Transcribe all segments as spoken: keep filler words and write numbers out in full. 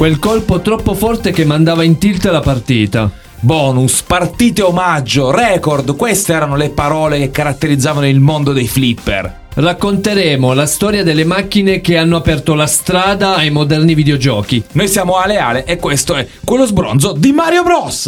Quel colpo troppo forte che mandava in tilt la partita. Bonus, partite omaggio, record, queste erano le parole che caratterizzavano il mondo dei flipper. Racconteremo la storia delle macchine che hanno aperto la strada ai moderni videogiochi. Noi siamo Ale Ale e questo è Quello Sbronzo di Mario Bros.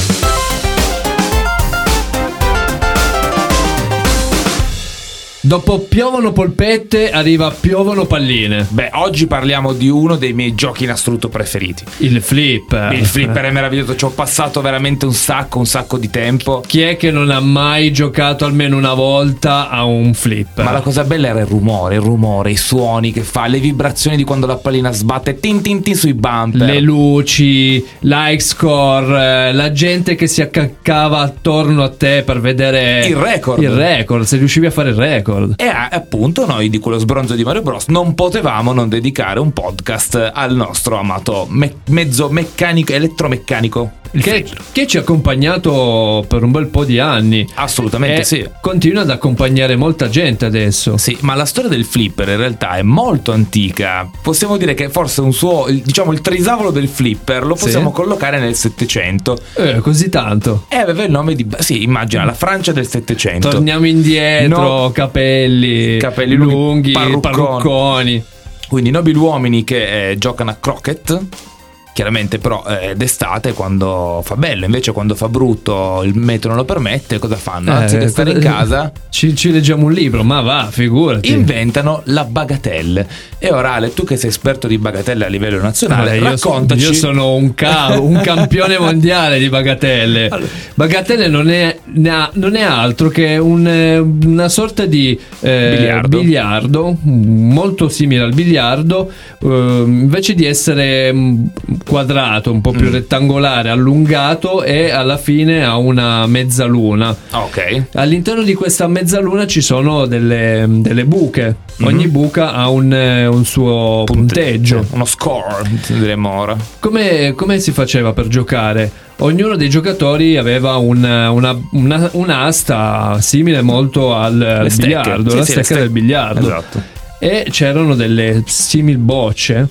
Dopo piovono polpette, arriva piovono palline. Beh, oggi parliamo di uno dei miei giochi in assoluto preferiti. Il flipper. Il flipper è meraviglioso, ci ho passato veramente un sacco, un sacco di tempo. Chi è che non ha mai giocato almeno una volta a un flipper? Ma la cosa bella era il rumore, il rumore, i suoni che fa, le vibrazioni di quando la pallina sbatte tin tin tin sui bumper. Le luci, l'high score, la gente che si accaccava attorno a te per vedere il record. Il record, se riuscivi a fare il record. E appunto noi di Quello Sbronzo di Mario Bros non potevamo non dedicare un podcast al nostro amato me- mezzo meccanico, elettromeccanico, che, che ci ha accompagnato per un bel po' di anni. Assolutamente e sì. Continua ad accompagnare molta gente adesso. Sì, ma la storia del flipper in realtà è molto antica. Possiamo dire che forse un suo, diciamo il trisavolo del flipper lo possiamo sì. collocare nel Settecento. Eh, così tanto. E aveva il nome di, sì, immagina la Francia del Settecento. Torniamo indietro, no. capelli, capelli lunghi, parrucconi. parrucconi. Quindi nobiluomini che eh, giocano a croquet. Chiaramente però eh, d'estate quando fa bello, invece quando fa brutto il meteo non lo permette, cosa fanno? Anziché eh, stare in casa ci, ci leggiamo un libro, ma va, figurati. Inventano la bagatelle. E ora Ale, tu che sei esperto di bagatelle a livello nazionale, allora, raccontaci. Io, so, io sono un, ca- un campione mondiale di bagatelle. Allora. Bagatelle non è, non è altro che un, una sorta di eh, biliardo. biliardo molto simile al biliardo, eh, invece di essere quadrato, un po' più mm. rettangolare, allungato, e alla fine ha una mezzaluna. Ok. All'interno di questa mezzaluna ci sono delle, delle buche. Mm-hmm. Ogni buca ha un, un suo Punte- punteggio, uno score, diremmo ora. Come, come si faceva per giocare? Ognuno dei giocatori aveva una, una, una, un'asta simile molto al, al biliardo, sì, la sì, stecca ste- del biliardo. Esatto. E c'erano delle simil bocce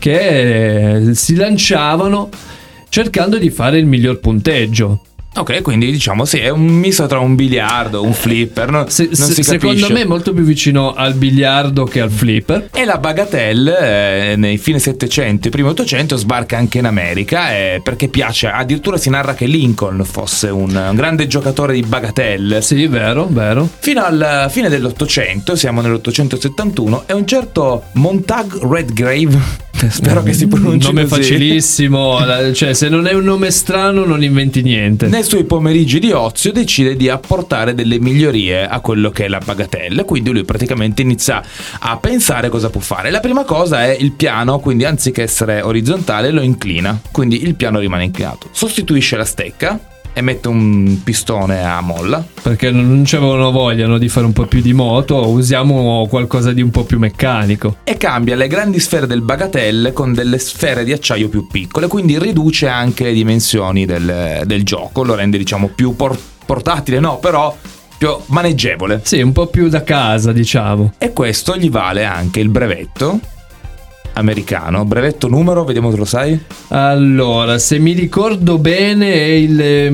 che si lanciavano cercando di fare il miglior punteggio. Ok, quindi diciamo sì, è un misto tra un biliardo, un flipper, no? se, non se, si secondo capisce. me è molto più vicino al biliardo che al flipper. E la bagatelle eh, nei fine Settecento e primo Ottocento sbarca anche in America, eh, perché piace, addirittura si narra che Lincoln fosse un, un grande giocatore di bagatelle. Sì, vero, vero. Fino alla fine dell'Ottocento, siamo nell'ottocentosettantuno, e un certo Montague Redgrave, spero che si pronunci nome così. Facilissimo, cioè se non è un nome strano non inventi niente. Nei suoi pomeriggi di ozio decide di apportare delle migliorie a quello che è la bagatelle, quindi lui praticamente inizia a pensare cosa può fare. La prima cosa è il piano, quindi anziché essere orizzontale lo inclina, quindi il piano rimane inclinato. Sostituisce la stecca e mette un pistone a molla, perché non c'avevano voglia, no, di fare un po' più di moto, usiamo qualcosa di un po' più meccanico. E cambia le grandi sfere del bagatelle con delle sfere di acciaio più piccole, quindi riduce anche le dimensioni del, del gioco, lo rende diciamo più por- portatile, no, però più maneggevole. Sì, un po' più da casa, diciamo. E questo gli vale anche il brevetto americano. Brevetto numero, vediamo se lo sai. Allora, se mi ricordo bene è il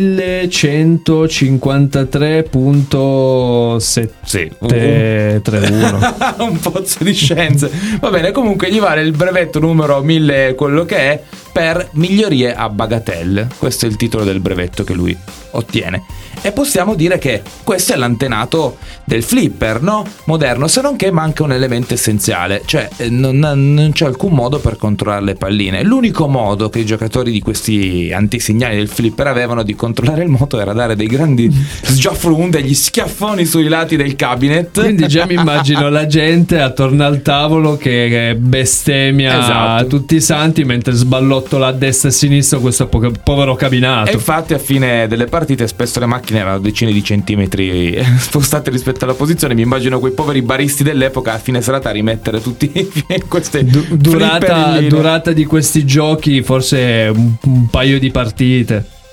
millecentocinquantatré punto settecentotrentuno. Un pozzo di scienze. Va bene, comunque gli vale il brevetto numero mille quello che è per migliorie a bagatelle. Questo è il titolo del brevetto che lui ottiene. E possiamo dire che questo è l'antenato del flipper, no? Moderno, se non che manca un elemento essenziale, cioè non, non c'è alcun modo per controllare le palline. L'unico modo che i giocatori di questi antisignali del flipper avevano di controllare il moto era dare dei grandi sgiaffrun, degli schiaffoni sui lati del cabinet. Quindi già mi immagino la gente attorno al tavolo che bestemmia, esatto, tutti i santi mentre sballottola a destra e a sinistra questo po- povero cabinato. E infatti a fine delle partite spesso le macchine erano decine di centimetri spostate rispetto alla posizione. Mi immagino quei poveri baristi dell'epoca a fine serata a rimettere tutti queste du- durata, durata di questi giochi forse un, un paio di partite.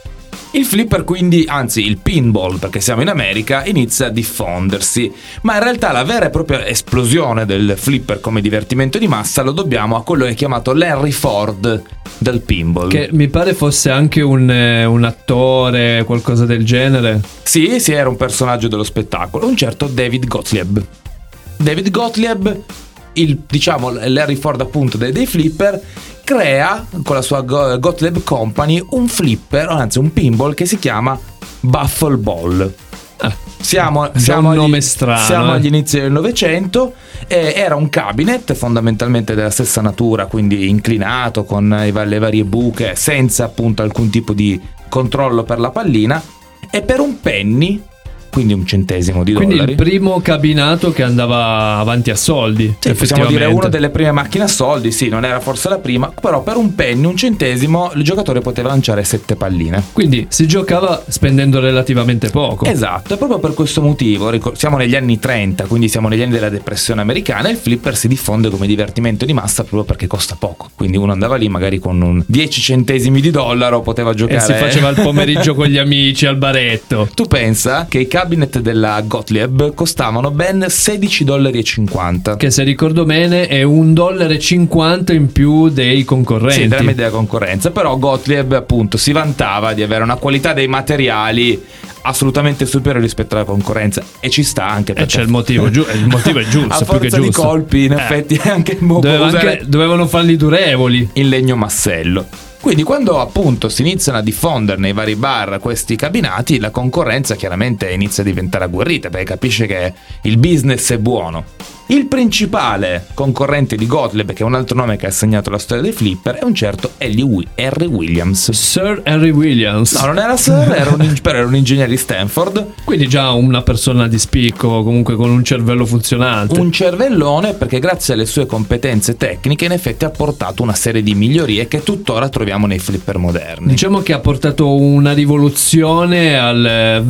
Il flipper quindi, anzi il pinball, perché siamo in America, inizia a diffondersi, ma in realtà la vera e propria esplosione del flipper come divertimento di massa lo dobbiamo a quello che è chiamato l'Henry Ford del pinball. Che mi pare fosse anche un, eh, un attore, qualcosa del genere. Sì, sì, era un personaggio dello spettacolo, un certo David Gottlieb. David Gottlieb, il, diciamo l'Henry Ford appunto dei, dei flipper, crea con la sua Gottlieb Company un flipper, o anzi un pinball che si chiama Buffalo Ball. Ah, siamo, siamo, un agli, nome strano, siamo eh. agli inizi del Novecento. Eh, era un cabinet fondamentalmente della stessa natura, quindi inclinato con le varie buche, senza appunto alcun tipo di controllo per la pallina, e per un penny, quindi un centesimo di Quindi dollari. il primo cabinato che andava avanti a soldi. Sì, possiamo dire una delle prime macchine a soldi, sì, non era forse la prima, però per un penny, un centesimo, il giocatore poteva lanciare sette palline. Quindi si giocava spendendo relativamente poco. Esatto, e proprio per questo motivo, ricor- siamo negli anni trenta, quindi siamo negli anni della depressione americana, e il flipper si diffonde come divertimento di massa proprio perché costa poco. Quindi uno andava lì magari con un dieci centesimi di dollaro, poteva giocare. E si faceva il pomeriggio con gli amici al baretto. Tu pensa che i cabinet della Gottlieb costavano ben sedici dollari e cinquanta. Che se ricordo bene è un dollaro e cinquanta in più dei concorrenti. Sì, della media concorrenza. Però Gottlieb appunto si vantava di avere una qualità dei materiali assolutamente superiore rispetto alla concorrenza, e ci sta anche perché e c'è il motivo, giu- il motivo è giusto, a più forza che giusto. di colpi in eh. effetti è anche molto Doveva anche, dovevano farli durevoli in legno massello. Quindi quando appunto si iniziano a diffondere nei vari bar questi cabinati, la concorrenza chiaramente inizia a diventare agguerrita, perché capisce che il business è buono. Il principale concorrente di Gottlieb, che è un altro nome che ha segnato la storia dei flipper, è un certo Henry Williams. Sir Henry Williams. No, non era Sir, era un, però era un ingegnere di Stanford. Quindi già una persona di spicco, comunque con un cervello funzionante. Un cervellone, perché grazie alle sue competenze tecniche in effetti ha portato una serie di migliorie che tuttora troviamo nei flipper moderni. Diciamo che ha portato una rivoluzione al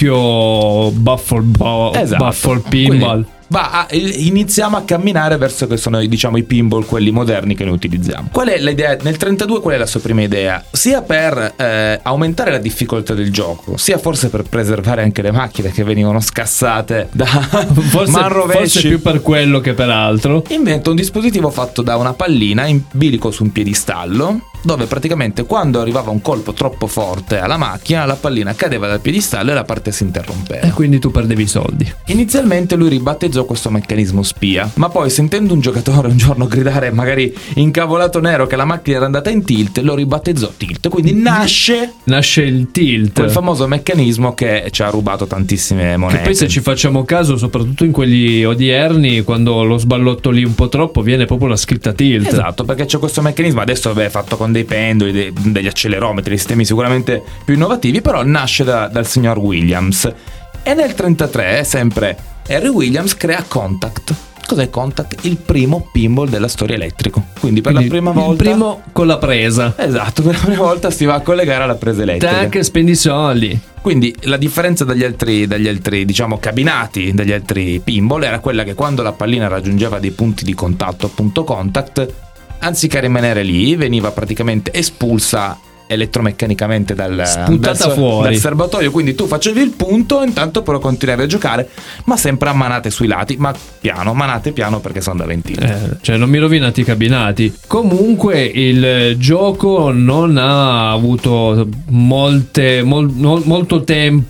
vecchio Buffalo, bo- Esatto. Buffalo Pinball. Quindi, va, iniziamo a camminare verso che sono, diciamo, i pinball, quelli moderni che noi utilizziamo. Qual è l'idea? Nel trentadue qual è la sua prima idea? Sia per eh, aumentare la difficoltà del gioco, sia forse per preservare anche le macchine che venivano scassate da forse, manrovesci. Forse più per quello che per altro. Inventa un dispositivo fatto da una pallina in bilico su un piedistallo, dove praticamente quando arrivava un colpo troppo forte alla macchina, la pallina cadeva dal piedistallo e la parte si interrompeva. E quindi tu perdevi i soldi. Inizialmente lui ribattezzò questo meccanismo spia, ma poi sentendo un giocatore un giorno gridare magari incavolato nero che la macchina era andata in tilt, lo ribattezzò tilt. Quindi nasce Nasce il tilt, quel famoso meccanismo che ci ha rubato tantissime monete. Che poi, se ci facciamo caso, soprattutto in quelli odierni, quando lo sballottoli un po' troppo, viene proprio la scritta tilt. Esatto, perché c'è questo meccanismo adesso, vabbè, fatto con dei pendoli, dei, degli accelerometri, sistemi sicuramente più innovativi, però nasce da, dal signor Williams. E nel trentatré, sempre Henry Williams crea Contact. Cos'è Contact? Il primo pinball della storia elettrico. Quindi per Quindi la prima volta, il primo con la presa. esatto, per la prima volta si va a collegare alla presa elettrica. Tac, spendi i soldi. Quindi la differenza dagli altri, dagli altri, diciamo, cabinati, dagli altri pinball, era quella che quando la pallina raggiungeva dei punti di contatto, appunto contact, anziché rimanere lì, veniva praticamente espulsa elettromeccanicamente dal, Sputata dal, fuori dal serbatoio. Quindi tu facevi il punto, intanto però continuavi a giocare, ma sempre a manate sui lati, ma piano, manate piano, perché sono da venti. Eh, cioè non mi rovinati i cabinati. Comunque il gioco non ha avuto molte mol, no, molto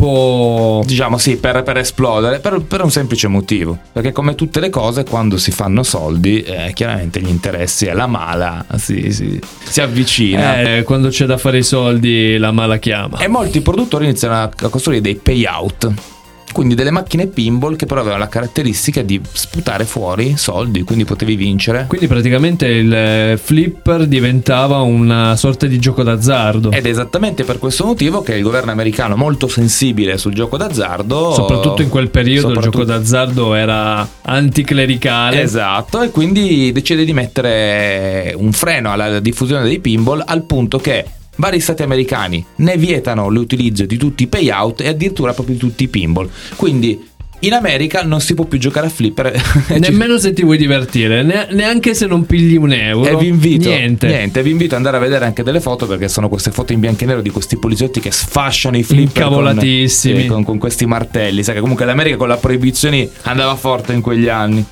tempo, diciamo, sì, per, per esplodere, per, per un semplice motivo, perché come tutte le cose, quando si fanno soldi, eh, chiaramente gli interessi e la mala si, si, si avvicina. eh, quando c'è da fare i soldi la mala chiama. E molti produttori iniziano a, a costruire dei payout, quindi delle macchine pinball che però avevano la caratteristica di sputare fuori soldi, quindi potevi vincere. Quindi praticamente il flipper diventava una sorta di gioco d'azzardo. Ed è esattamente per questo motivo che il governo americano, molto sensibile sul gioco d'azzardo, soprattutto in quel periodo il gioco d'azzardo era anticlericale. Esatto, e quindi decide di mettere un freno alla diffusione dei pinball, al punto che vari stati americani ne vietano l'utilizzo di tutti i payout e addirittura proprio di tutti i pinball. Quindi In America non si può più giocare a flipper. Nemmeno se ti vuoi divertire, ne- neanche se non pigli un euro. E vi invito, niente. niente, vi invito ad andare a vedere anche delle foto, perché sono queste foto in bianco e nero di questi poliziotti che sfasciano i flipper incavolatissimi con, sì, con, con questi martelli. Sai che comunque l'America con la proibizione andava forte in quegli anni.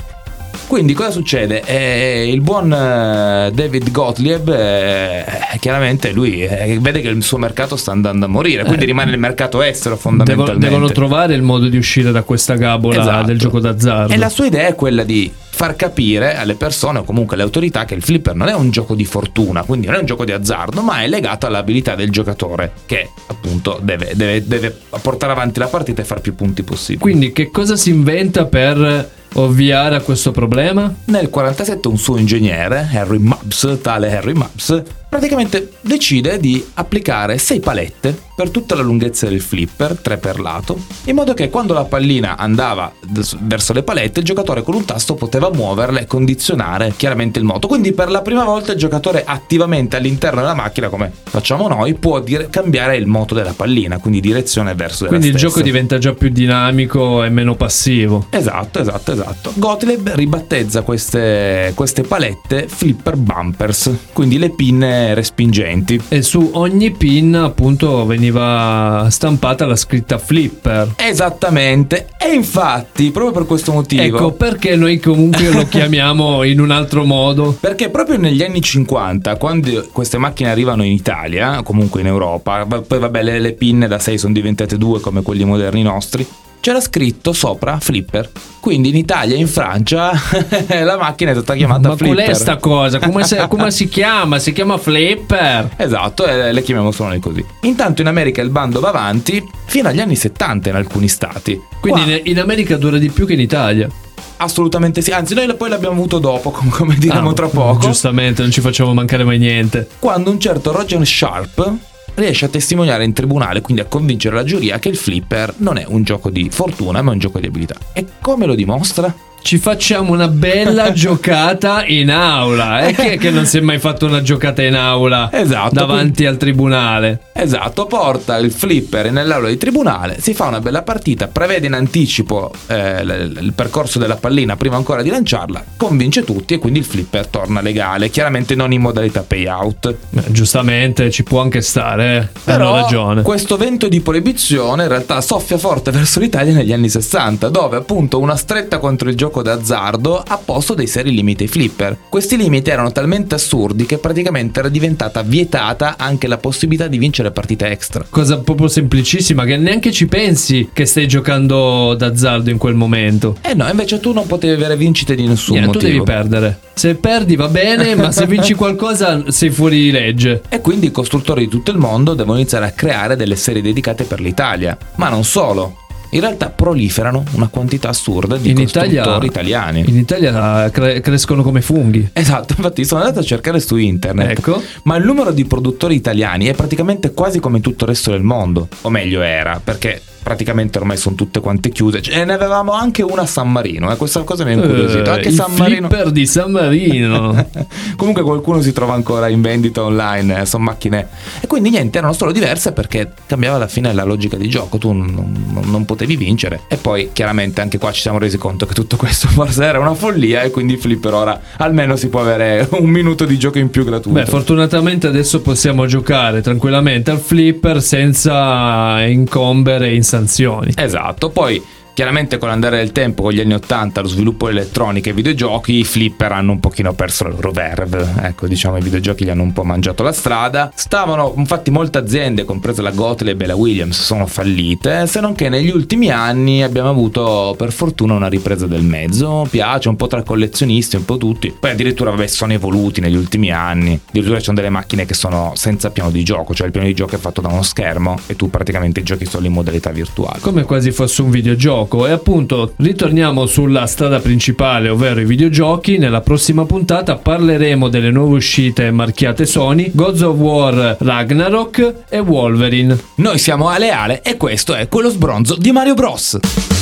Quindi cosa succede? Eh, il buon eh, David Gottlieb eh, chiaramente lui eh, vede che il suo mercato sta andando a morire, quindi eh. rimane il mercato estero fondamentalmente. Devo, devono trovare il modo di uscire da questa gabola, esatto, del gioco d'azzardo. E la sua idea è quella di far capire alle persone o comunque alle autorità che il flipper non è un gioco di fortuna, quindi non è un gioco di azzardo, ma è legato all'abilità del giocatore, che appunto deve, deve, deve portare avanti la partita e far più punti possibili. Quindi che cosa si inventa per ovviare a questo problema? Nel quarantasette un suo ingegnere, Harry Mubbs, tale Harry Mubbs, praticamente decide di applicare sei palette per tutta la lunghezza del flipper, tre per lato, in modo che quando la pallina andava verso le palette il giocatore con un tasto poteva muoverla e condizionare chiaramente il moto. Quindi per la prima volta il giocatore attivamente all'interno della macchina, come facciamo noi, può dire, cambiare il moto della pallina, quindi direzione verso quindi della il stessa. Gioco diventa già più dinamico e meno passivo. Esatto, esatto, esatto. Gottlieb ribattezza queste, queste palette flipper bumpers, quindi le pinne respingenti, e su ogni pin appunto veniva stampata la scritta flipper. Esattamente. E infatti proprio per questo motivo, ecco perché noi comunque lo chiamiamo in un altro modo, perché proprio negli anni cinquanta, quando queste macchine arrivano in Italia, comunque in Europa, poi vabbè le, le pinne da sei sono diventate due come quelli moderni nostri, c'era scritto sopra flipper. Quindi in Italia e in Francia la macchina è stata chiamata ma flipper. Ma qual è sta cosa? Come, se, come si chiama? Si chiama flipper. Esatto, e le chiamiamo solo noi così. Intanto in America il bando va avanti fino agli anni settanta in alcuni stati. Quindi in, in America dura di più che in Italia. Assolutamente sì, anzi noi poi l'abbiamo avuto dopo, come diremo ah, tra poco. Giustamente, non ci facciamo mancare mai niente. Quando un certo Roger Sharp riesce a testimoniare in tribunale, quindi a convincere la giuria che il flipper non è un gioco di fortuna ma è un gioco di abilità. E come lo dimostra? Ci facciamo una bella giocata in aula. E chi è che non si è mai fatto una giocata in aula? Esatto, davanti quindi, al tribunale? Esatto, porta il flipper nell'aula di tribunale, si fa una bella partita, prevede in anticipo eh, l- il percorso della pallina prima ancora di lanciarla, convince tutti e quindi il flipper torna legale, chiaramente non in modalità payout. Beh, giustamente ci può anche stare, eh. Però hanno ragione. Questo vento di proibizione in realtà soffia forte verso l'Italia negli anni sessanta, dove appunto una stretta contro il gioco d'azzardo ha posto dei seri limiti ai flipper. Questi limiti erano talmente assurdi che praticamente era diventata vietata anche la possibilità di vincere partite extra. Cosa proprio semplicissima, che neanche ci pensi che stai giocando d'azzardo in quel momento. Eh no, invece tu non potevi avere vincite di nessun yeah, motivo. Tu devi perdere. Se perdi va bene, ma se vinci qualcosa sei fuori di legge. E quindi i costruttori di tutto il mondo devono iniziare a creare delle serie dedicate per l'Italia. Ma non solo. In realtà proliferano una quantità assurda di in costruttori Italia, italiani. In Italia cre- crescono come funghi. Esatto, infatti sono andato a cercare su internet. Ecco. Ma il numero di produttori italiani è praticamente quasi come tutto il resto del mondo. O meglio era, perché praticamente ormai sono tutte quante chiuse. E ne avevamo anche una a San Marino, eh? Questa cosa mi ha incuriosito. Uh, anche il San Marino. flipper di San Marino. Comunque qualcuno si trova ancora in vendita online, eh? Sono macchine. E quindi niente, erano solo diverse perché cambiava alla fine la logica di gioco. Tu non, non, non potevi vincere. E poi chiaramente anche qua ci siamo resi conto che tutto questo forse era una follia, e quindi flipper ora almeno si può avere un minuto di gioco in più gratuito. Beh, fortunatamente adesso possiamo giocare tranquillamente al flipper senza incombere in sanzioni. Esatto, poi chiaramente con l'andare del tempo, con gli anni ottanta, lo sviluppo dell'elettronica e i videogiochi, i flipper hanno un pochino perso la loro verve. Ecco, diciamo, i videogiochi gli hanno un po' mangiato la strada. Stavano, infatti molte aziende, comprese la Gottlieb e la Williams, sono fallite, se non che negli ultimi anni abbiamo avuto per fortuna una ripresa del mezzo. Piace un po' tra collezionisti, un po' tutti. Poi addirittura vabbè sono evoluti negli ultimi anni. Addirittura ci sono delle macchine che sono senza piano di gioco, cioè il piano di gioco è fatto da uno schermo e tu praticamente giochi solo in modalità virtuale. Come quasi fosse un videogioco. E appunto ritorniamo sulla strada principale, ovvero i videogiochi. Nella prossima puntata parleremo delle nuove uscite marchiate Sony, Gods of War Ragnarok e Wolverine. Noi siamo Ale Ale e questo è Quello Sbronzo di Mario Bros.